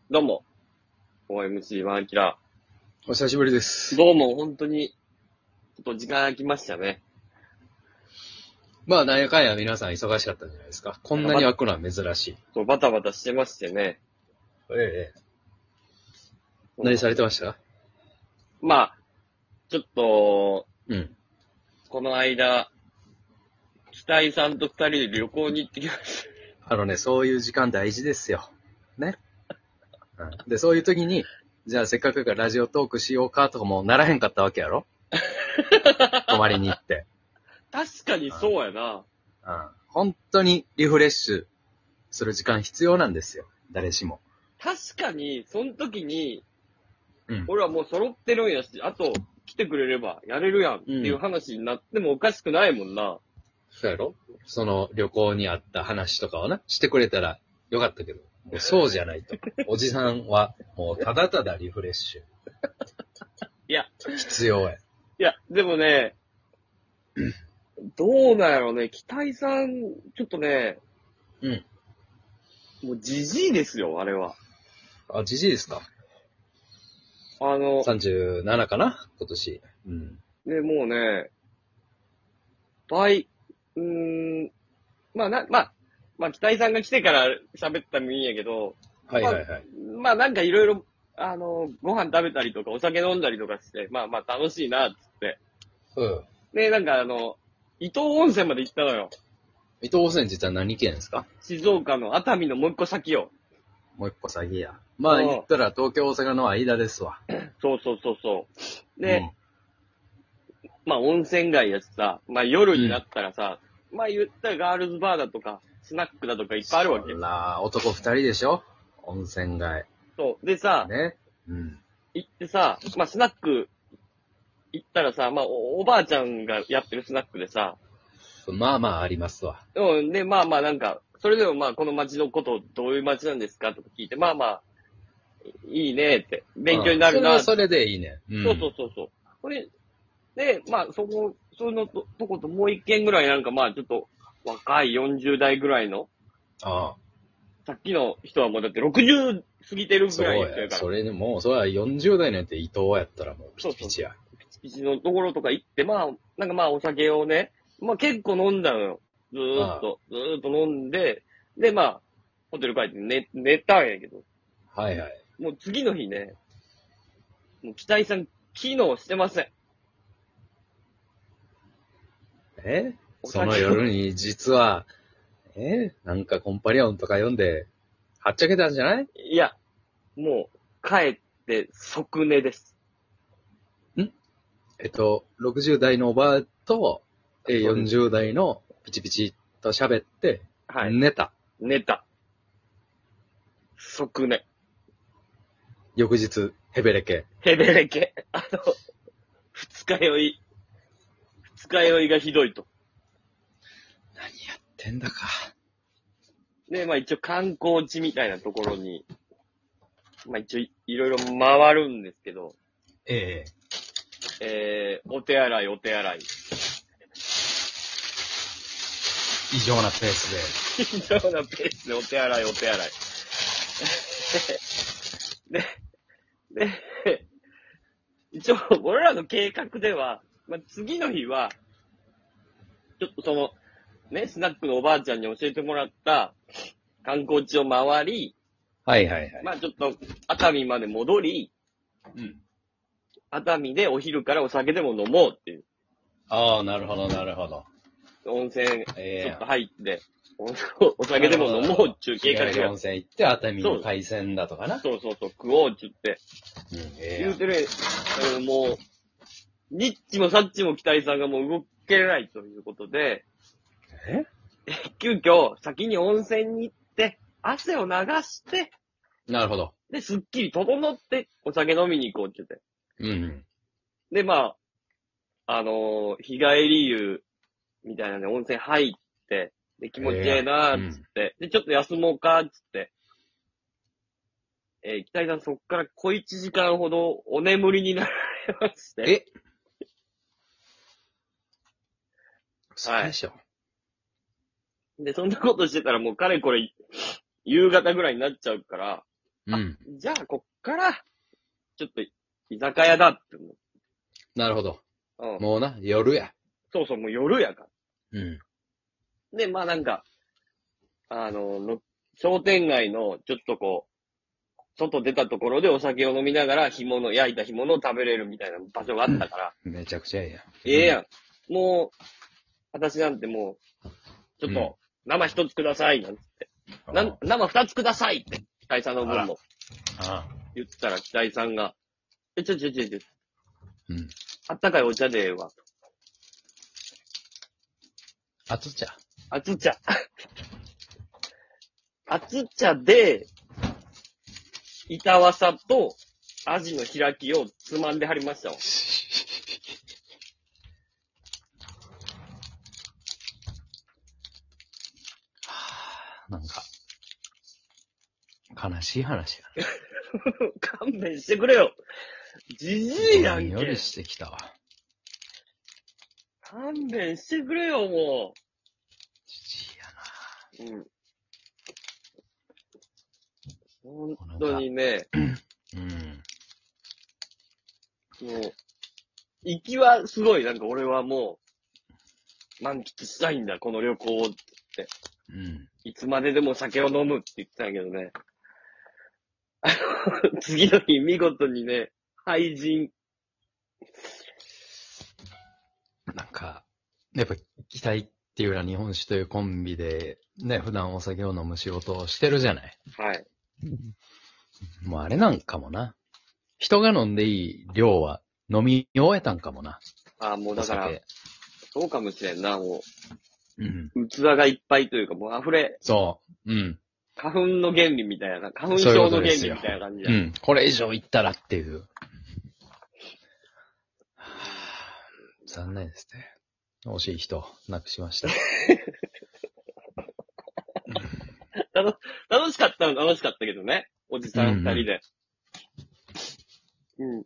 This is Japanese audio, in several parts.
どうも、OMC1 アキラ。 お久しぶりです。 どうも、本当に、ちょっと時間空きましたね。 まあ、なんやかんや皆さん忙しかったんじゃないですか。こんなに開くのは珍しい。 そうバタバタしてましてね。 ええ。何されてました？ まあ、ちょっと、 うん。 この間、北井さんと二人で旅行に行ってきましそういう時間大事ですよ。ね。うん。で、そういう時に、じゃあせっかくからラジオトークしようかとかもならへんかったわけやろ？泊まりに行って。 た。確かにそうやな。 うん。本当にリフレッシュする時間必要なんですよ。誰しも。 確かに、その時に、 うん。 俺はもう揃ってるんやし、あと、来てくれればやれるやんっていう話になってもおかしくないもんな。 そうやろ？その旅行にあった話とかをな、してくれたらよかったけど、もうそうじゃないと。おじさんはもうただただリフレッシュ。 いや、 必要や。 でもね、どうなんやろうね。北井さん、ちょっとね、 うん。 もうじじいですよ、あれは。 あ、じじいですか？ あの、 37 かな今年。うん。 ね、もうね、倍、うーん、北井さんが来てから喋ったのもいいんやけど、まあ、 はいはいはい。 なんかいろいろ、ご飯食べたりとかお酒飲んだりとかして、楽しいな、つって。 うん。 で、伊東温泉まで行ったのよ。 伊東温泉実は何県ですか？ 静岡の熱海のもう一個先よ。 もう一個先や。まあ言ったら東京大阪の間ですわ。 そうそうそうそう。で、 うん。 温泉街やしさ、夜になっうん。 たらさ、言ったらガールズバーだとか、スナックだとかいっぱいあるわけよ。 そら、男二人でしょ？温泉街。 そう。でさ、 ね。うん。 行ってさ、スナック行ったらさ、おばあちゃんがやってるスナックでさ、 まあまあありますわ。 うん、で、それでもこの街のことどういう街なんですかとか聞いて、いいねって、勉強になるな。 それはそれでいいね。うん。 そうそうそうそう。これ、で、そのとこともう一軒ぐらいちょっと若い40代ぐらいの、 ああ。 さっきの人はもうだって60過ぎてるぐそうや。 らいの人やから。 それでもう、それは40代なんて伊藤やったらもうピチピチや。 ピチピチのところとか行って、お酒をね、結構飲んだのよ。 あずーっと飲んで、で、ホテル帰って寝たんやけど、 あ。はいはい。 もう次の日ね、もう北井さん、機能してません。 その夜に実は、なんかコンパニオンとか読んで、はっちゃけたんじゃない？ いや、もう、帰って即寝です。 60代のおばあと、 そうです 40代のピチピチと喋って、 はい。 寝た。 寝た。即寝。 翌日、ヘベレケ。 ヘベレケ。二日酔いがひどいと。 何やってんだか。 で、一応観光地みたいなところに、一応いろいろ回るんですけど、 えお手洗い。 異常なペース異常なペースでお手洗い。で、一応、俺らの計画では、次の日は、ちょっとスナックのおばあちゃんに教えてもらった観光地を回り、 はいはいはい。 ちょっと熱海まで戻り、 うん。 熱海でお昼からお酒でも飲もうっていう。 ああ、なるほどなるほど。 温泉、 ええちょっと入って、お酒でも飲もうっていう計画が。 日帰り温泉行って、熱海の海鮮だとかな。 そう、食おうって言って、 うん、 言うてる、もう、ニッチもサッチも北井さんがもう動けないということで、急遽、先に温泉に行って、汗を流して、 なるほど。 で、すっきり整って、お酒飲みに行こうって言って。 うん。 で、日帰り湯みたいなね、温泉入って、で、気持ちええなーっつって、で、ちょっと休もうかーっつって、北井さんそっから小1時間ほどお眠りになられまして。 そうでしょ。 で、そんなことしてたらもうかれこれ、夕方ぐらいになっちゃうから、 うん。 じゃあ、こっから、ちょっと、居酒屋だって思なるほど。 う。うん。 もうな、夜や。 そうそう、もう夜やかうん。 ら。で、まあなんか、商店街の、ちょっとこう、外出たところでお酒を飲みながら焼いた干物を食べれるみたいな場所があったから、 めちゃくちゃええやん。 ええやん。もう、私なんてもう、ちょっうんと、生一つください、なんつって。生二つくださいって、北井さんの分もああ。 言ったら北井さんが、ちょ、 うん。 あったかいお茶でええわ。 あつ茶。 熱茶。熱茶で、板わさとアジの開きをつまんではりましたわ。 なんか、悲しい話やな。 勘弁してくれよ。じじいやんけどんより。してきたわ。 勘弁してくれよ、もじじいやな。 う。本当にね、 うん。 もう、行きはすごい、なんか俺はもう、満喫したいんだ、この旅行を。 うん。 いつまででも酒を飲むって言ってたんやけどね。次の日、見事にね、廃人。 なんか、やっぱ期待っていうのは日本酒というコンビで、ね、普段お酒を飲む仕事をしてるじゃない。 はい。 もうあれなんかもな。人が飲んでいい量は飲み終えたんかもな。 ああ、もうおだから、 酒。 そうかもしれんな、もうん。 う。器がいっぱいというか、もう溢れ、 そう。うん。 花粉の原理みたいな、花粉そういう症ことですよの原理みたいな感じだ。 うん。これ以上いったらっていう。残念ですね。惜しい人、亡くしました。 楽しかったの楽しかったけどね。おじさん二人で。うん。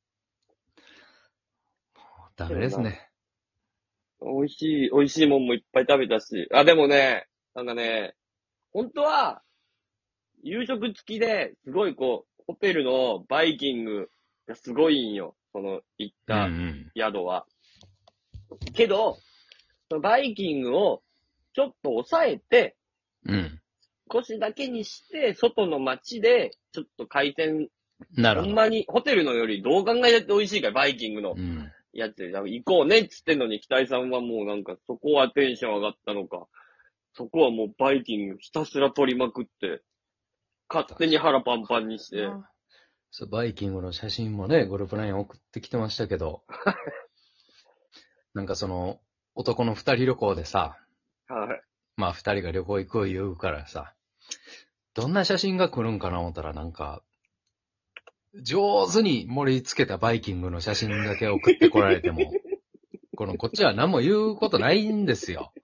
ダメですね。 美味しいもんもいっぱい食べたし。あ、でもね、なんかね、本当は、夕食付きで、すごいこう、ホテルのバイキングがすごいんよ。その、行っうんうたん。 宿は。けど、そのバイキングをちょっと抑えて、 うん。 少しだけにして、外の街で、ちょっと海鮮、 なるほど。 ほんまに、ホテルのよりどう考えたって美味しいから、バイキングのうん。 やつで、行こうねっつってんのに、北井さんはもうなんか、そこはテンション上がったのか、そこはもうバイキングひたすら取りまくって、勝手に腹パンパンにして、 そう、バイキングの写真もね、グループライン送ってきてましたけど、なんかその、男の二人旅行でさ、 はい。 まあ二人が旅行行く言うからさ、どんな写真が来るんかな思ったらなんか、上手に盛り付けたバイキングの写真だけ送ってこられても、こっちは何も言うことないんですよ。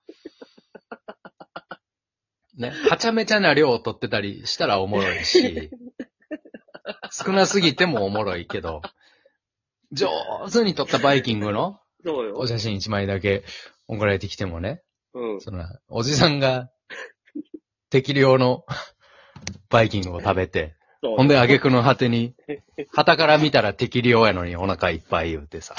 ね、はちゃめちゃな量を取ってたりしたらおもろいし、少なすぎてもおもろいけど、上手に撮ったバイキングのそうよ。 お写真一枚だけ送られてきてもね、 うん。 その、おじさんが適量のバイキングを食べて、 そう。 ほんで挙句の果てに、旗から見たら適量やのにお腹いっぱい言うてさ。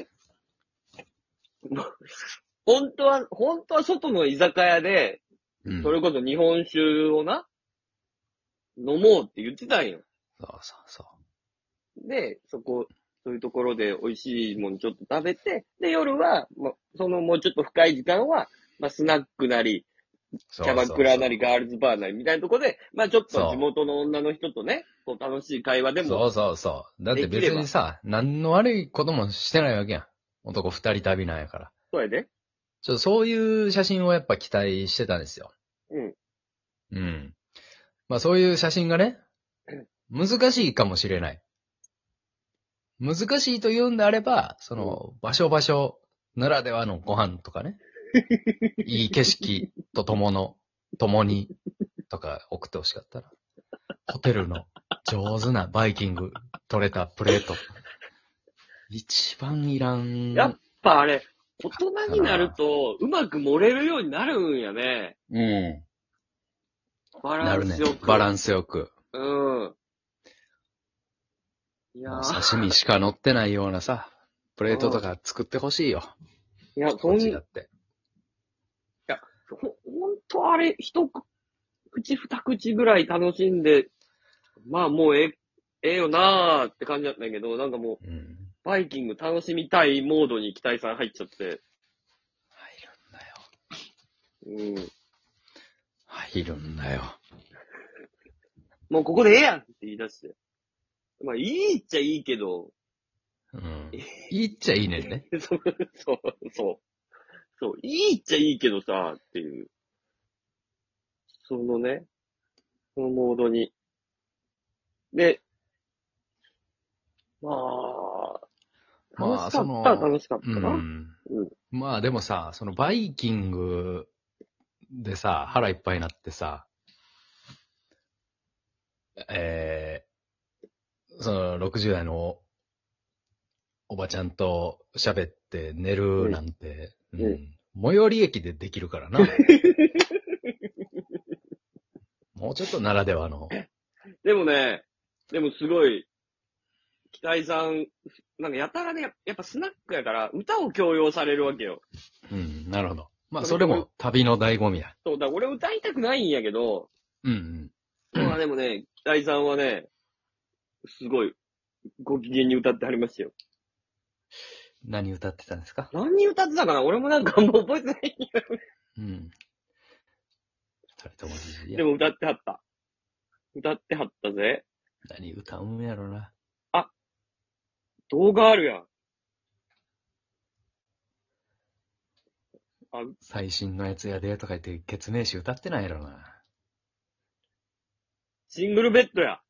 本当は外の居酒屋で、 うん。 それこそ日本酒をな、飲もうって言ってたんよ。 そうそうそで、そういうところで美味しいもんちょっと食べて、で、夜は、そのもうちょっと深い時間は、スナックなり、 う。 キャバクラなり、ガールズバーなりみたいなとこで、ちょっと地元の女の人とね、こう楽しい会話でも、 そうそうそう。だって別にさ、何の悪いこともしてないわけやん。男二人旅なんやから。 そうやで。 そういう写真をやっぱ期待してたんですよ。 うん。 うん。まあそういう写真がね、難しいかもしれない。難しいと言うんであれば、その、場所ならではのご飯とかね。いい景色と共に、とか送ってほしかったら。ホテルの上手なバイキング取れたプレート。一番いらん。 やっぱあれ、大人になると、うまく盛れるようになるんやね。 うん。 バなるねランスよく。。 バランスよく。 うん。 な刺身しか乗ってないようなさ、プレートとか作ってほしいよ。 いや、 こっちだって。 ほんとあれ、一口二口ぐらい楽しんで、まあもうええよなーって感じだったんやけど、なんかもう、 うん。 バイキング楽しみたいモードに期待さん入っちゃって、 入るんだよ。 うん。 入るんだよ。 もうここでええやんって言い出して。まあいいっちゃいいけど、 うん。いいっちゃいいねんね。 そう、そう、いいっちゃいいけどさ、っていう。そのね、そのモードに。で、まあ、楽まあ、 しかったら楽しかったな。 うん。 うん。 まあでもさ、そのバイキングでさ、腹いっぱいになってさ、その60代のおばちゃんと喋って寝るなんて、 うん最寄り駅でできるからな。もうちょっとならではの。 でもね、でもすごい、期待さん、なんかやたらね、やっぱスナックやから歌を強要されるわけよ。 うん、なるほど。まあ、 それそれも旅の醍醐味や。 そう、だから俺歌いたくないんやけど、 うんまあでもね、期待さんはね、すごい、ご機嫌に歌ってはりましたよ。 何歌ってたんですか？ 何歌ってたかな俺もなんかもう覚えてないんや。 うん。二人ともじじいやでも歌ってはった。歌ってはったぜ。 何歌うんやろな。 動画あるやん。あ、 最新のやつやでとか言って、ケツメイシ歌ってないやろな。 シングルベッドや。